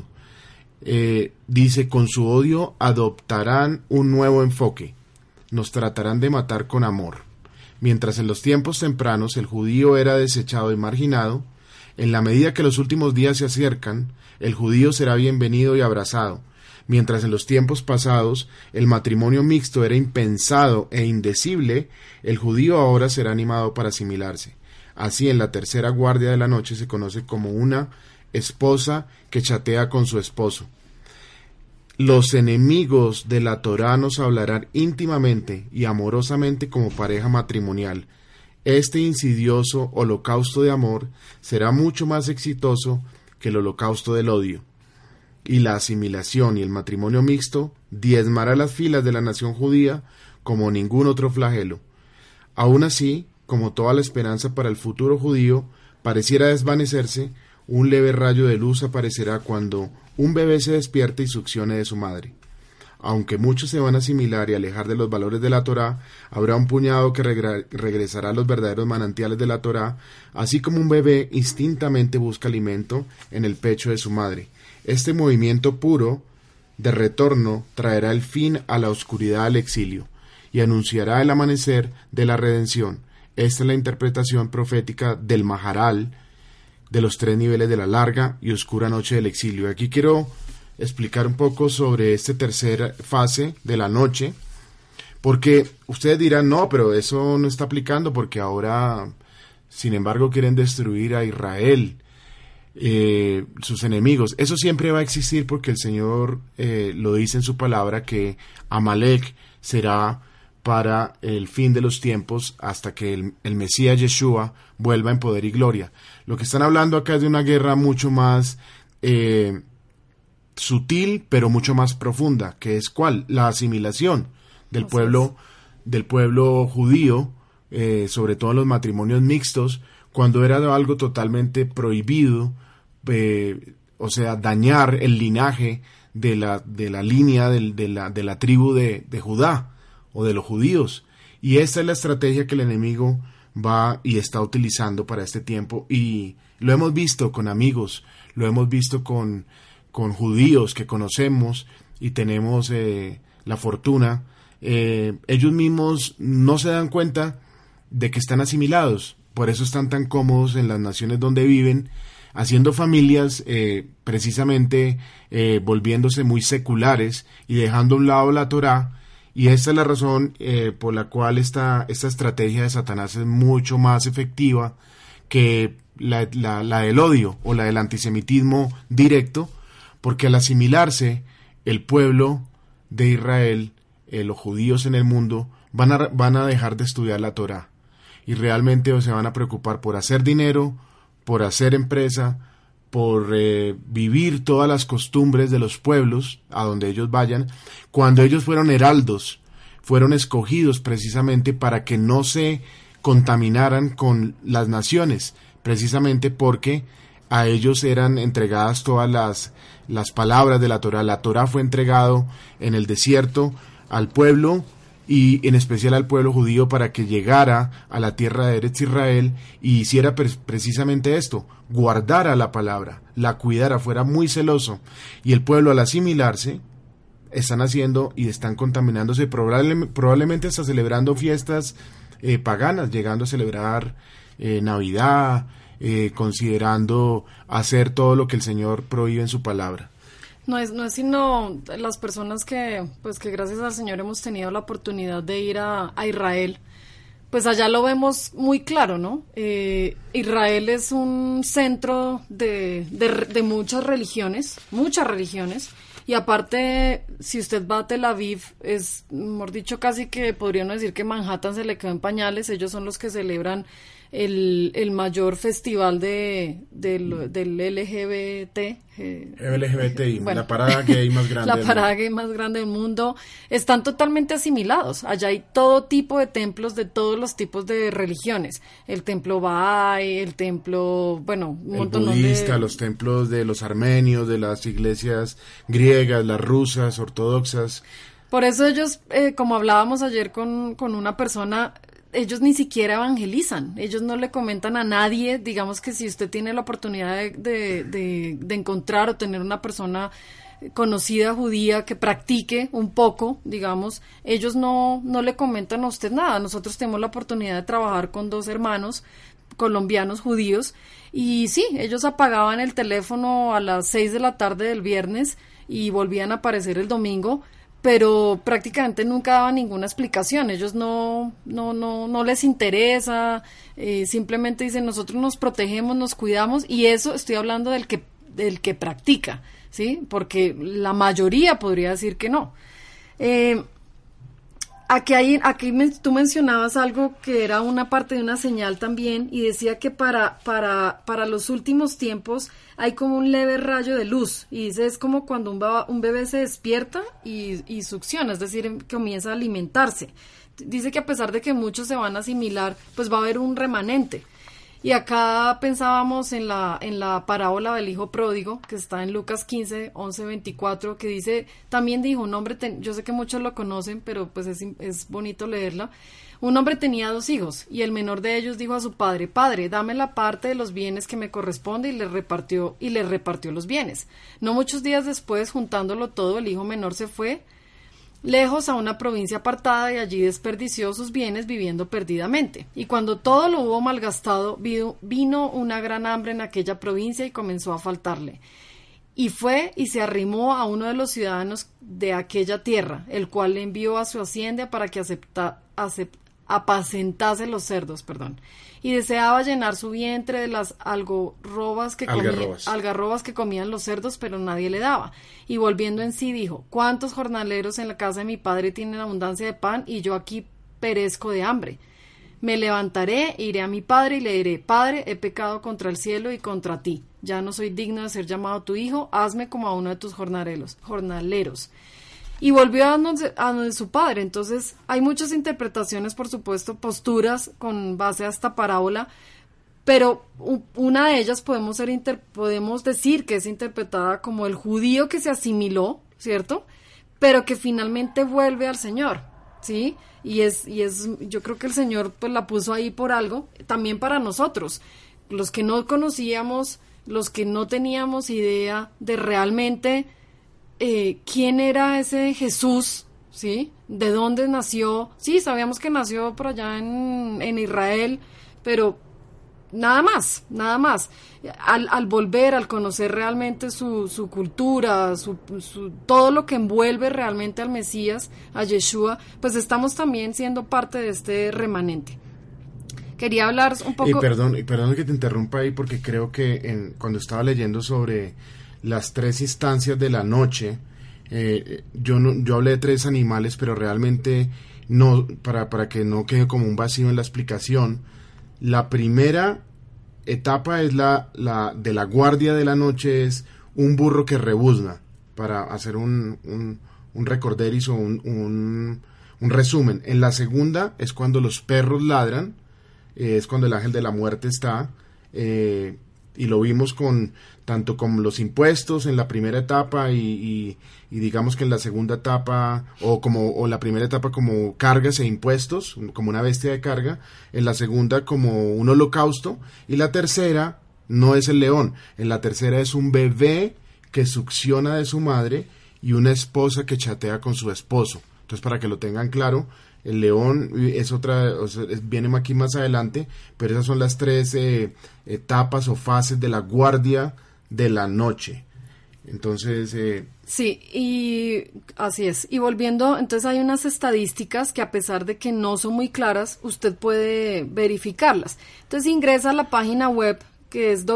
dice, con su odio adoptarán un nuevo enfoque, nos tratarán de matar con amor. Mientras en los tiempos tempranos el judío era desechado y marginado, en la medida que los últimos días se acercan, el judío será bienvenido y abrazado. Mientras en los tiempos pasados el matrimonio mixto era impensado e indecible, el judío ahora será animado para asimilarse. Así, en la tercera guardia de la noche se conoce como una esposa que chatea con su esposo. Los enemigos de la Torá nos hablarán íntimamente y amorosamente como pareja matrimonial. Este insidioso holocausto de amor será mucho más exitoso que el holocausto del odio. Y la asimilación y el matrimonio mixto diezmará las filas de la nación judía como ningún otro flagelo. Aún así, como toda la esperanza para el futuro judío pareciera desvanecerse, un leve rayo de luz aparecerá cuando un bebé se despierte y succione de su madre. Aunque muchos se van a asimilar y alejar de los valores de la Torá, habrá un puñado que regresará a los verdaderos manantiales de la Torá, así como un bebé instintamente busca alimento en el pecho de su madre. Este movimiento puro de retorno traerá el fin a la oscuridad del exilio y anunciará el amanecer de la redención. Esta es la interpretación profética del Maharal de los 3 niveles de la larga y oscura noche del exilio. Aquí quiero explicar un poco sobre esta tercera fase de la noche, porque ustedes dirán, no, pero eso no está aplicando porque ahora, sin embargo, quieren destruir a Israel, sus enemigos. Eso siempre va a existir porque el Señor lo dice en su palabra, que Amalek será para el fin de los tiempos hasta que el Mesías Yeshua vuelva en poder y gloria. Lo que están hablando acá es de una guerra mucho más sutil, pero mucho más profunda, que es ¿cuál? La asimilación del pueblo judío, sobre todo en los matrimonios mixtos, cuando era algo totalmente prohibido, o sea, dañar el linaje de la línea de la tribu de Judá o de los judíos. Y esta es la estrategia que el enemigo va y está utilizando para este tiempo, y lo hemos visto con amigos, lo hemos visto con judíos que conocemos y tenemos la fortuna. Ellos mismos no se dan cuenta de que están asimilados, por eso están tan cómodos en las naciones donde viven, haciendo familias, precisamente volviéndose muy seculares y dejando a un lado la Torá. Y esta es la razón por la cual esta estrategia de Satanás es mucho más efectiva que la del odio o la del antisemitismo directo, porque al asimilarse el pueblo de Israel, los judíos en el mundo, van a dejar de estudiar la Torá y realmente se van a preocupar por hacer dinero, por hacer empresa, por vivir todas las costumbres de los pueblos a donde ellos vayan, cuando ellos fueron heraldos, fueron escogidos precisamente para que no se contaminaran con las naciones, precisamente porque a ellos eran entregadas todas las palabras de la Torá. La Torá fue entregado en el desierto al pueblo, y en especial al pueblo judío, para que llegara a la tierra de Eretz Israel y hiciera precisamente esto, guardara la palabra, la cuidara, fuera muy celoso. Y el pueblo, al asimilarse, están haciendo y están contaminándose, probablemente hasta celebrando fiestas paganas, llegando a celebrar Navidad, considerando hacer todo lo que el Señor prohíbe en su palabra. No es sino las personas que gracias al Señor hemos tenido la oportunidad de ir a Israel, pues allá lo vemos muy claro, ¿no? Israel es un centro de muchas religiones, y aparte, si usted va a Tel Aviv, es, mejor dicho, casi que podríamos decir que Manhattan se le quedó en pañales. Ellos son los que celebran el mayor festival del LGBTI, bueno, la parada gay más grande. La parada gay más grande del mundo. Están totalmente asimilados. Allá hay todo tipo de templos de todos los tipos de religiones. El templo Bahá'í, el templo, bueno, un montón budista, los templos de los armenios, de las iglesias griegas, las rusas, ortodoxas. Por eso ellos, como hablábamos ayer con una persona, ellos ni siquiera evangelizan, ellos no le comentan a nadie. Digamos que si usted tiene la oportunidad de encontrar o tener una persona conocida judía que practique un poco, digamos, ellos no le comentan a usted nada. Nosotros tenemos la oportunidad de trabajar con 2 hermanos colombianos judíos, y sí, ellos apagaban el teléfono a las 6 de la tarde del viernes y volvían a aparecer el domingo, pero prácticamente nunca daban ninguna explicación. Ellos no les interesa, simplemente dicen nosotros nos protegemos, nos cuidamos, y eso estoy hablando del que practica, ¿sí? Porque la mayoría podría decir que no. Tú mencionabas algo que era una parte de una señal también, y decía que para los últimos tiempos hay como un leve rayo de luz, y dice es como cuando un bebé se despierta y succiona, es decir, comienza a alimentarse. Dice que a pesar de que muchos se van a asimilar, pues va a haber un remanente. Y acá pensábamos en la parábola del hijo pródigo, que está en Lucas 15, 11, 24, que dice, también dijo, un hombre, yo sé que muchos lo conocen, pero pues es bonito leerla. Un hombre tenía 2 hijos, y el menor de ellos dijo a su padre, padre, dame la parte de los bienes que me corresponde, y le repartió los bienes. No muchos días después, juntándolo todo, el hijo menor se fue lejos a una provincia apartada y allí desperdició sus bienes viviendo perdidamente. Y cuando todo lo hubo malgastado, vino una gran hambre en aquella provincia y comenzó a faltarle. Y fue y se arrimó a uno de los ciudadanos de aquella tierra, el cual le envió a su hacienda para que apacentase los cerdos, y deseaba llenar su vientre de las algarrobas que comían los cerdos, pero nadie le daba. Y volviendo en sí dijo, ¿cuántos jornaleros en la casa de mi padre tienen abundancia de pan y yo aquí perezco de hambre? Me levantaré, iré a mi padre y le diré, Padre, he pecado contra el cielo y contra ti. Ya no soy digno de ser llamado tu hijo, hazme como a uno de tus jornaleros. Y volvió a donde su padre. Entonces hay muchas interpretaciones, por supuesto, posturas con base a esta parábola, pero una de ellas podemos decir que es interpretada como el judío que se asimiló, ¿cierto? Pero que finalmente vuelve al Señor, ¿sí? Y yo creo que el Señor pues la puso ahí por algo, también para nosotros, los que no conocíamos, los que no teníamos idea de realmente quién era ese Jesús, ¿sí? ¿De dónde nació? Sí, sabíamos que nació por allá en Israel, pero nada más. Al volver, al conocer realmente su cultura, todo lo que envuelve realmente al Mesías, a Yeshua, pues estamos también siendo parte de este remanente. Quería hablar un poco... Perdón que te interrumpa ahí, porque creo que cuando estaba leyendo sobre las 3 instancias de la noche, yo hablé de 3 animales, pero realmente no, para que no quede como un vacío en la explicación. La primera etapa es la de la guardia de la noche, es un burro que rebuzna, para hacer un recorderis o un resumen. En la segunda es cuando los perros ladran, es cuando el ángel de la muerte está, y lo vimos tanto con los impuestos en la primera etapa y digamos que en la segunda etapa o la primera etapa como cargas e impuestos, como una bestia de carga, en la segunda como un holocausto, y la tercera no es el león, en la tercera es un bebé que succiona de su madre y una esposa que chatea con su esposo. Entonces, para que lo tengan claro, el león es otra, viene aquí más adelante, pero esas son las 3 etapas o fases de la guardia de la noche. Entonces... Sí, y así es. Y volviendo, entonces hay unas estadísticas que, a pesar de que no son muy claras, usted puede verificarlas. Entonces ingresa a la página web, que es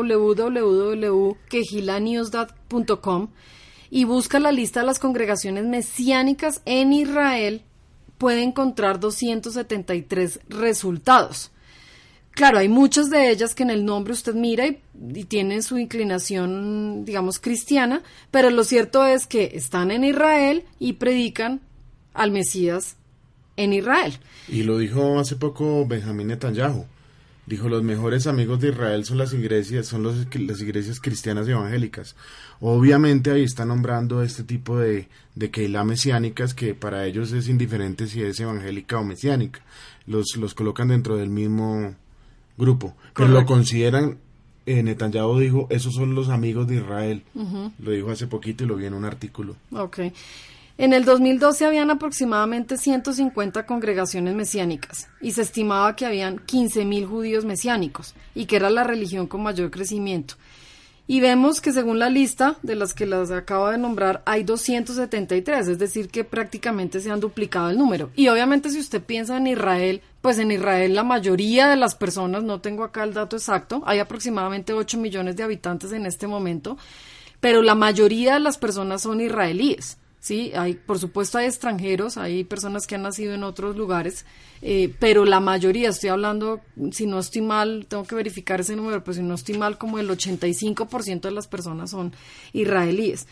www.kehilanius.com, y busca la lista de las congregaciones mesiánicas en Israel. Puede encontrar 273 resultados. Claro, hay muchas de ellas que en el nombre usted mira y tienen su inclinación, digamos, cristiana, pero lo cierto es que están en Israel y predican al Mesías en Israel. Y lo dijo hace poco Benjamín Netanyahu. Dijo, los mejores amigos de Israel son las iglesias cristianas y evangélicas. Obviamente ahí está nombrando este tipo de Keilah mesiánicas, que para ellos es indiferente si es evangélica o mesiánica. Los colocan dentro del mismo grupo. Pero lo consideran, Netanyahu dijo, esos son los amigos de Israel. Uh-huh. Lo dijo hace poquito y lo vi en un artículo. Okay. En el 2012 habían aproximadamente 150 congregaciones mesiánicas y se estimaba que habían 15.000 judíos mesiánicos y que era la religión con mayor crecimiento. Y vemos que según la lista de las que las acabo de nombrar, hay 273, es decir, que prácticamente se han duplicado el número. Y obviamente si usted piensa en Israel, pues en Israel la mayoría de las personas, no tengo acá el dato exacto, hay aproximadamente 8 millones de habitantes en este momento, pero la mayoría de las personas son israelíes. Sí, por supuesto hay extranjeros, hay personas que han nacido en otros lugares, pero la mayoría, estoy hablando, si no estoy mal, tengo que verificar ese número, pero si no estoy mal, como el 85% de las personas son israelíes.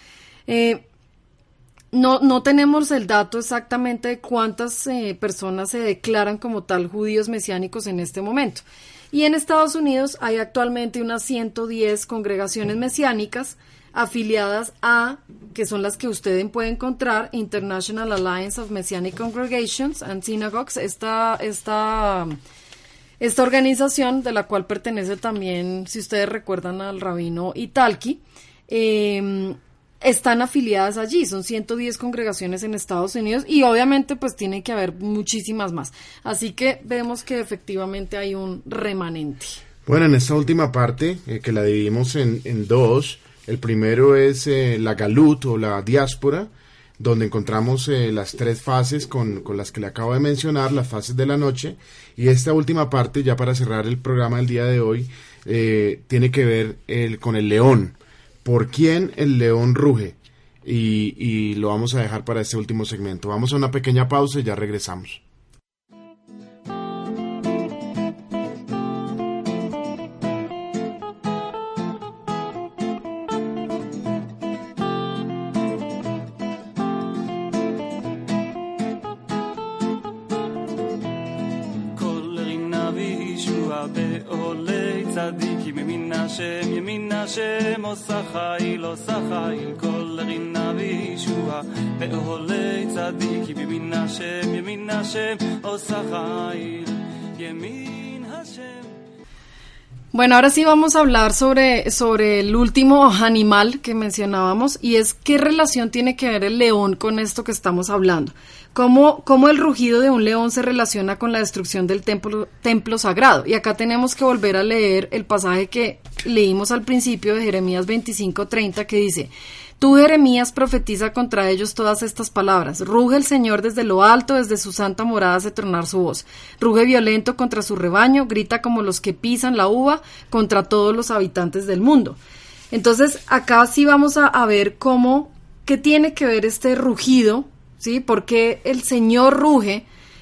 No tenemos el dato exactamente de cuántas personas se declaran como tal judíos mesiánicos en este momento. Y en Estados Unidos hay actualmente unas 110 congregaciones mesiánicas afiliadas a, que son las que usted puede encontrar, International Alliance of Messianic Congregations and Synagogues, esta organización de la cual pertenece también, si ustedes recuerdan, al rabino Italki, están afiliadas allí, son 110 congregaciones en Estados Unidos y obviamente pues tiene que haber muchísimas más, así que vemos que efectivamente hay un remanente. Bueno, en esta última parte, que la dividimos en dos, el primero es la Galut o la diáspora, donde encontramos las tres fases con las que le acabo de mencionar, las fases de la noche, y esta última parte, ya para cerrar el programa del día de hoy, tiene que ver con el león. ¿Por quién el león ruge? Y lo vamos a dejar para este último segmento. Vamos a una pequeña pausa y ya regresamos. ימין השם עושה חיל עושה חיל כל רינה וישוע באוהלי צדיק ימין השם עושה חיל ימין השם. Bueno, ahora sí vamos a hablar sobre el último animal que mencionábamos, y es qué relación tiene que ver el león con esto que estamos hablando. ¿Cómo el rugido de un león se relaciona con la destrucción del templo sagrado? Y acá tenemos que volver a leer el pasaje que leímos al principio de Jeremías 25:30, que dice: Tú, Jeremías, profetiza contra ellos todas estas palabras. Ruge el Señor desde lo alto, desde su santa morada hace tronar su voz. Ruge violento contra su rebaño, grita como los que pisan la uva contra todos los habitantes del mundo. Entonces, acá sí vamos a ver qué tiene que ver este rugido, ¿sí? Porque el Señor ruge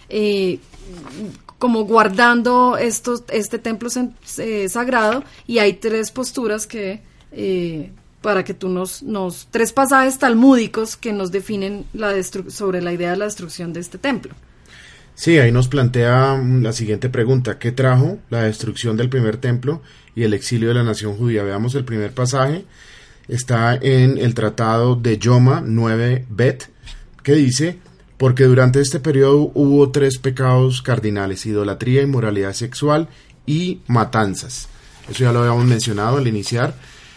como guardando este templo sagrado, y hay tres posturas que... para que tú tres pasajes talmúdicos que nos definen sobre la idea de la destrucción de este templo. Sí, ahí nos plantea la siguiente pregunta: ¿qué trajo la destrucción del primer templo y el exilio de la nación judía? Veamos el primer pasaje, está en el tratado de Yoma 9bet, que dice: porque durante este periodo hubo tres pecados cardinales: idolatría, inmoralidad sexual y matanzas. Eso ya lo habíamos mencionado al iniciar.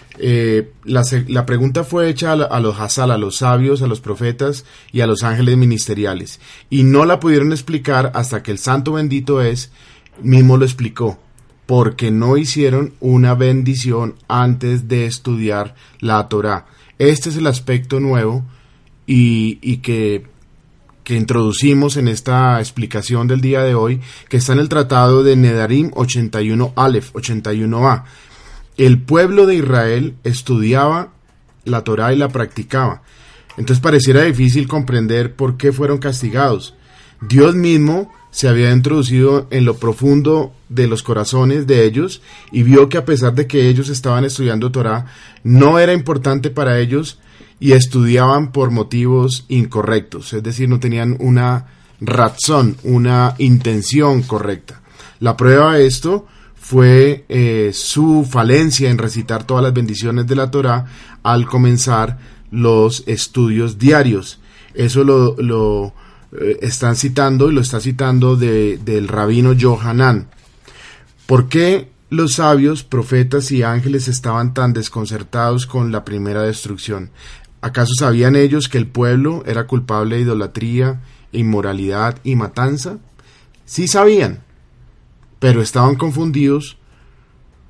La pregunta fue hecha a los Hazal, a los sabios, a los profetas y a los ángeles ministeriales, y no la pudieron explicar hasta que el santo bendito mismo lo explicó: porque no hicieron una bendición antes de estudiar la Torá. Este es el aspecto nuevo y que introducimos en esta explicación del día de hoy, que está en el tratado de Nedarim 81 Aleph, 81a. El pueblo de Israel estudiaba la Torá y la practicaba. Entonces pareciera difícil comprender por qué fueron castigados. Dios mismo se había introducido en lo profundo de los corazones de ellos y vio que a pesar de que ellos estaban estudiando Torá, no era importante para ellos y estudiaban por motivos incorrectos. Es decir, no tenían una razón, una intención correcta. La prueba de esto fue su falencia en recitar todas las bendiciones de la Torá al comenzar los estudios diarios. Eso lo están citando, y lo está citando del rabino Yohanan. ¿Por qué los sabios, profetas y ángeles estaban tan desconcertados con la primera destrucción? ¿Acaso sabían ellos que el pueblo era culpable de idolatría, inmoralidad y matanza? Sí sabían, pero estaban confundidos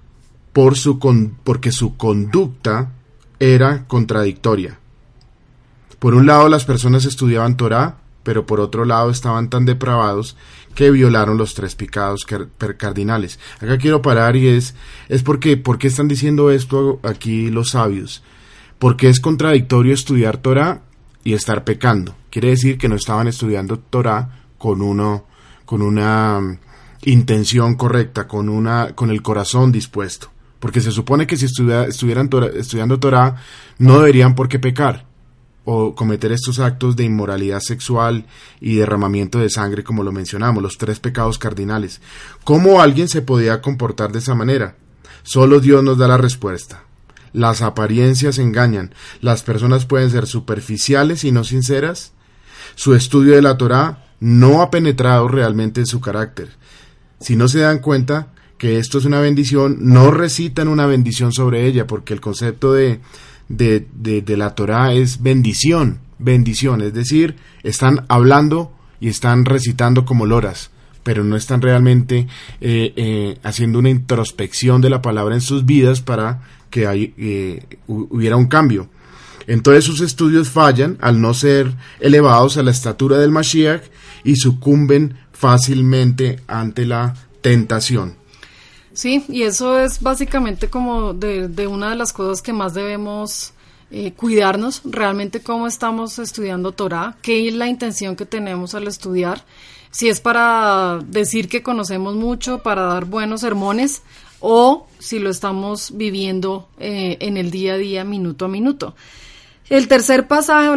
porque su conducta era contradictoria. Por un lado, las personas estudiaban Torá, pero por otro lado estaban tan depravados que violaron los 3 pecados cardinales. Acá quiero parar y es ¿por qué están diciendo esto aquí los sabios? Porque es contradictorio estudiar Torá y estar pecando. Quiere decir que no estaban estudiando Torá con una intención correcta, con el corazón dispuesto. Porque se supone que si estuvieran estudiando Torá, no deberían por qué pecar o cometer estos actos de inmoralidad sexual y derramamiento de sangre, como lo mencionamos, los 3 pecados cardinales. ¿Cómo alguien se podía comportar de esa manera? Solo Dios nos da la respuesta. Las apariencias engañan. Las personas pueden ser superficiales y no sinceras. Su estudio de la Torá no ha penetrado realmente en su carácter. Si no se dan cuenta que esto es una bendición, no recitan una bendición sobre ella, porque el concepto de la Torá es bendición, es decir, están hablando y están recitando como loras, pero no están realmente haciendo una introspección de la palabra en sus vidas para que hubiera un cambio. Entonces sus estudios fallan al no ser elevados a la estatura del Mashiach y sucumben fácilmente ante la tentación. Sí, y eso es básicamente como de una de las cosas que más debemos cuidarnos, realmente cómo estamos estudiando Torá, qué es la intención que tenemos al estudiar, si es para decir que conocemos mucho, para dar buenos sermones, o si lo estamos viviendo en el día a día, minuto a minuto. El tercer pasaje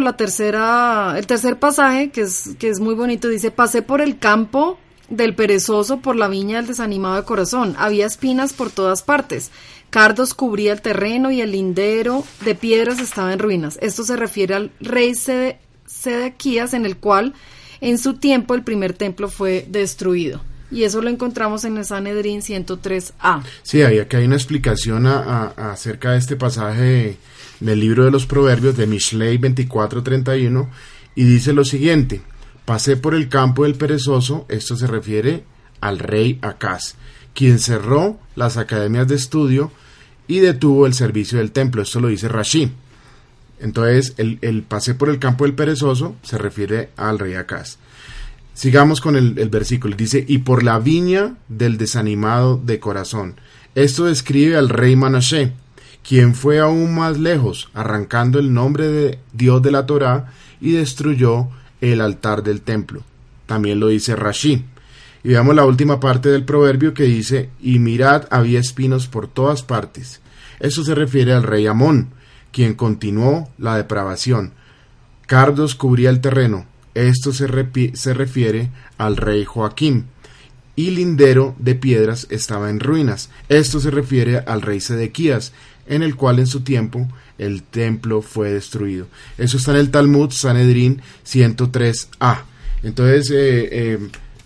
que es muy bonito, dice: pasé por el campo del perezoso, por la viña del desanimado de corazón. Había espinas por todas partes. Cardos cubría el terreno y el lindero de piedras estaba en ruinas. Esto se refiere al rey Sedequías, en el cual en su tiempo el primer templo fue destruido. Y eso lo encontramos en el Sanedrín 103a. Sí, aquí hay una explicación acerca de este pasaje del libro de los Proverbios de Mishlei 24:31, y dice lo siguiente: pasé por el campo del perezoso. Esto se refiere al rey Acaz, quien cerró las academias de estudio y detuvo el servicio del templo. Esto lo dice Rashi. Entonces, el pasé por el campo del perezoso se refiere al rey Acaz. Sigamos con el versículo. Dice: y por la viña del desanimado de corazón. Esto describe al rey Manashe, quien fue aún más lejos, arrancando el nombre de Dios de la Torá y destruyó el altar del templo. También lo dice Rashi. Y veamos la última parte del proverbio que dice: y mirad, había espinos por todas partes. Esto se refiere al rey Amón, quien continuó la depravación. Cardos cubría el terreno. Esto se refiere al rey Joaquim. Y lindero de piedras estaba en ruinas. Esto se refiere al rey Sedequías, en el cual en su tiempo el templo fue destruido. Eso está en el Talmud Sanedrín 103a. Entonces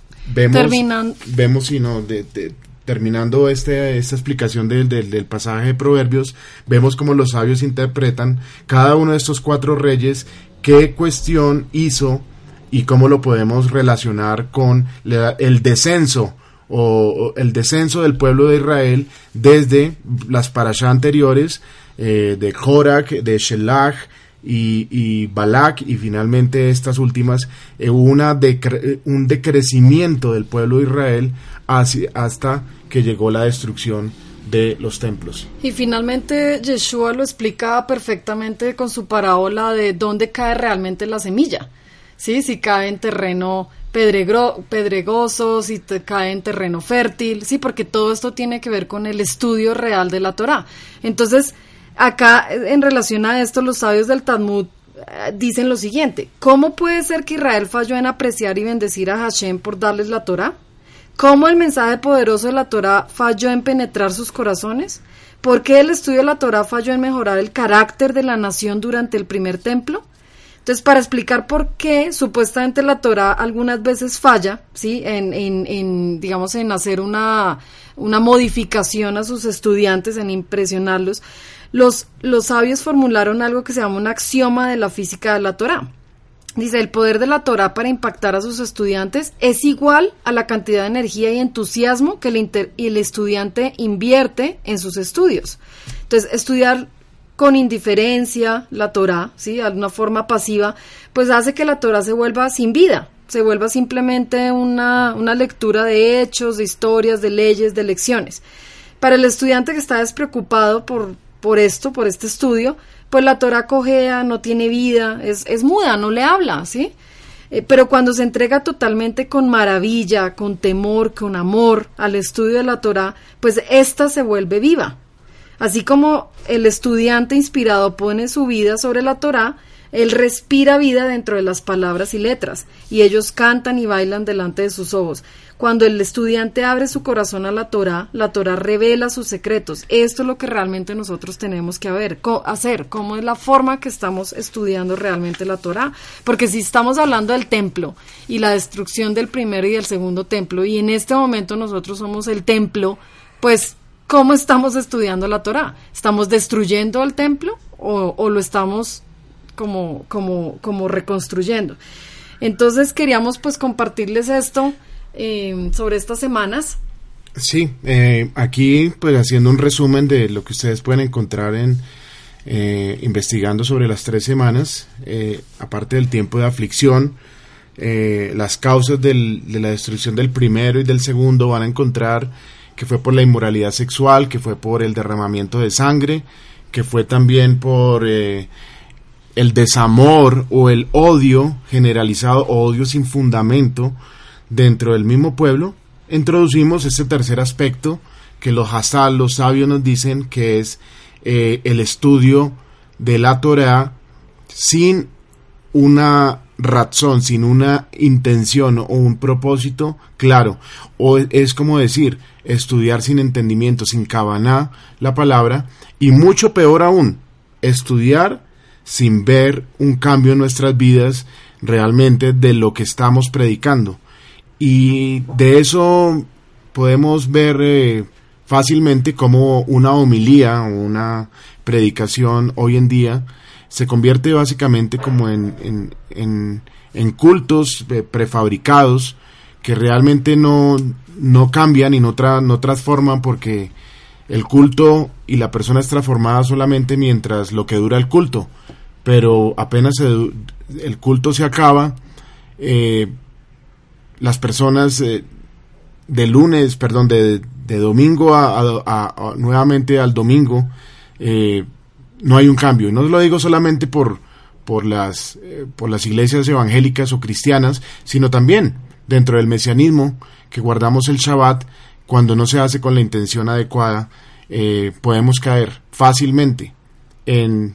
terminando esta explicación del pasaje de Proverbios, vemos cómo los sabios interpretan cada uno de estos 4 reyes, qué cuestión hizo y cómo lo podemos relacionar con el descenso o el descenso del pueblo de Israel desde las parashá anteriores, de Jorak, de Shelach y Balak, y finalmente estas últimas, un decrecimiento del pueblo de Israel hasta que llegó la destrucción de los templos. Y finalmente Yeshua lo explica perfectamente con su parábola de dónde cae realmente la semilla. ¿Sí? Si cae en terreno pedregoso, si cae en terreno fértil, sí, porque todo esto tiene que ver con el estudio real de la Torá. Entonces, acá, en relación a esto, los sabios del Talmud dicen lo siguiente: ¿cómo puede ser que Israel falló en apreciar y bendecir a Hashem por darles la Torá? ¿Cómo el mensaje poderoso de la Torá falló en penetrar sus corazones? ¿Por qué el estudio de la Torá falló en mejorar el carácter de la nación durante el primer templo? Entonces, para explicar por qué supuestamente la Torá algunas veces falla, ¿sí? digamos, en hacer una modificación a sus estudiantes, en impresionarlos, los sabios formularon algo que se llama un axioma de la física de la Torá. Dice, el poder de la Torá para impactar a sus estudiantes es igual a la cantidad de energía y entusiasmo que el estudiante invierte en sus estudios. Entonces, estudiar con indiferencia la Torá, ¿sí?, de una forma pasiva, pues hace que la Torá se vuelva sin vida, se vuelva simplemente una lectura de hechos, de historias, de leyes, de lecciones. Para el estudiante que está despreocupado por este estudio, pues la Torá cojea, no tiene vida, es muda, no le habla, ¿sí? Pero cuando se entrega totalmente con maravilla, con temor, con amor al estudio de la Torá, pues ésta se vuelve viva. Así como el estudiante inspirado pone su vida sobre la Torá, él respira vida dentro de las palabras y letras, y ellos cantan y bailan delante de sus ojos. Cuando el estudiante abre su corazón a la Torá revela sus secretos. Esto es lo que realmente nosotros tenemos que hacer, cómo es la forma que estamos estudiando realmente la Torá. Porque si estamos hablando del templo y la destrucción del primero y del segundo templo, y en este momento nosotros somos el templo, pues ¿cómo estamos estudiando la Torá? ¿Estamos destruyendo el templo o lo estamos como reconstruyendo? Entonces queríamos pues compartirles esto sobre estas semanas. Sí, aquí pues haciendo un resumen de lo que ustedes pueden encontrar en investigando sobre las 3 semanas, aparte del tiempo de aflicción, las causas de la destrucción del primero y del segundo, van a encontrar que fue por la inmoralidad sexual, que fue por el derramamiento de sangre, que fue también por el desamor o el odio generalizado, odio sin fundamento dentro del mismo pueblo. Introducimos este tercer aspecto que los Hazal, los sabios, nos dicen que es el estudio de la Torá sin una razón, sin una intención o un propósito claro, o es como decir, estudiar sin entendimiento, sin kavaná la palabra, y mucho peor aún, estudiar sin ver un cambio en nuestras vidas realmente de lo que estamos predicando. Y de eso podemos ver fácilmente cómo una homilía o una predicación hoy en día se convierte básicamente como en cultos prefabricados que realmente no cambian y no transforman, porque el culto y la persona es transformada solamente mientras lo que dura el culto, pero apenas el culto se acaba, las personas de domingo a nuevamente al domingo, no hay un cambio. Y no lo digo solamente por las iglesias evangélicas o cristianas, sino también dentro del mesianismo, que guardamos el Shabbat. Cuando no se hace con la intención adecuada, podemos caer fácilmente en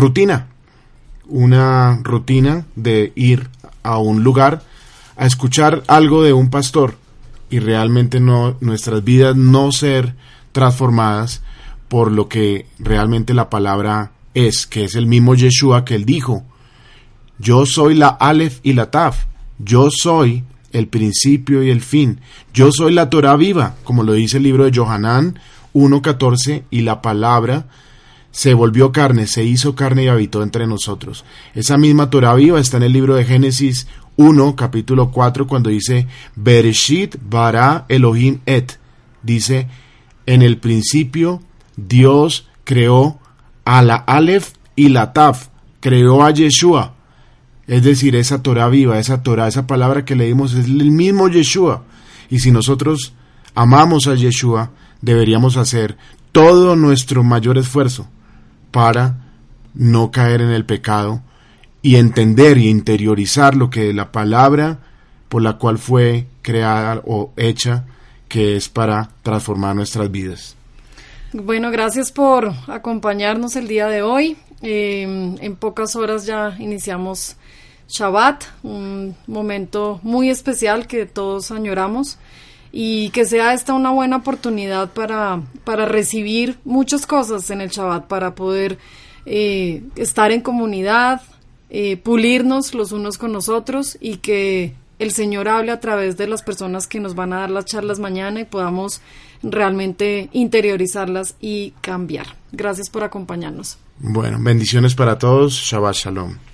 una rutina de ir a un lugar a escuchar algo de un pastor y realmente nuestras vidas no ser transformadas por lo que realmente la palabra es, que es el mismo Yeshua que él dijo: yo soy la Aleph y la Taf, yo soy el principio y el fin, yo soy la Torá viva, como lo dice el libro de Yohanan 1:14, y la palabra se volvió carne, se hizo carne y habitó entre nosotros. Esa misma Torá viva está en el libro de Génesis 1, capítulo 4, cuando dice Bereshit bara Elohim et, dice, en el principio Dios creó a la Aleph y la Taf, creó a Yeshua. Es decir, esa Torá viva, esa Torá, esa palabra que leímos es el mismo Yeshua. Y si nosotros amamos a Yeshua, deberíamos hacer todo nuestro mayor esfuerzo para no caer en el pecado y entender y interiorizar lo que la palabra por la cual fue creada o hecha, que es para transformar nuestras vidas. Bueno, gracias por acompañarnos el día de hoy. En pocas horas ya iniciamos Shabbat, un momento muy especial que todos añoramos, y que sea esta una buena oportunidad para recibir muchas cosas en el Shabbat, para poder estar en comunidad, pulirnos los unos con los otros, y que el Señor hable a través de las personas que nos van a dar las charlas mañana y podamos realmente interiorizarlas y cambiar. Gracias por acompañarnos. Bueno, bendiciones para todos. Shabbat Shalom.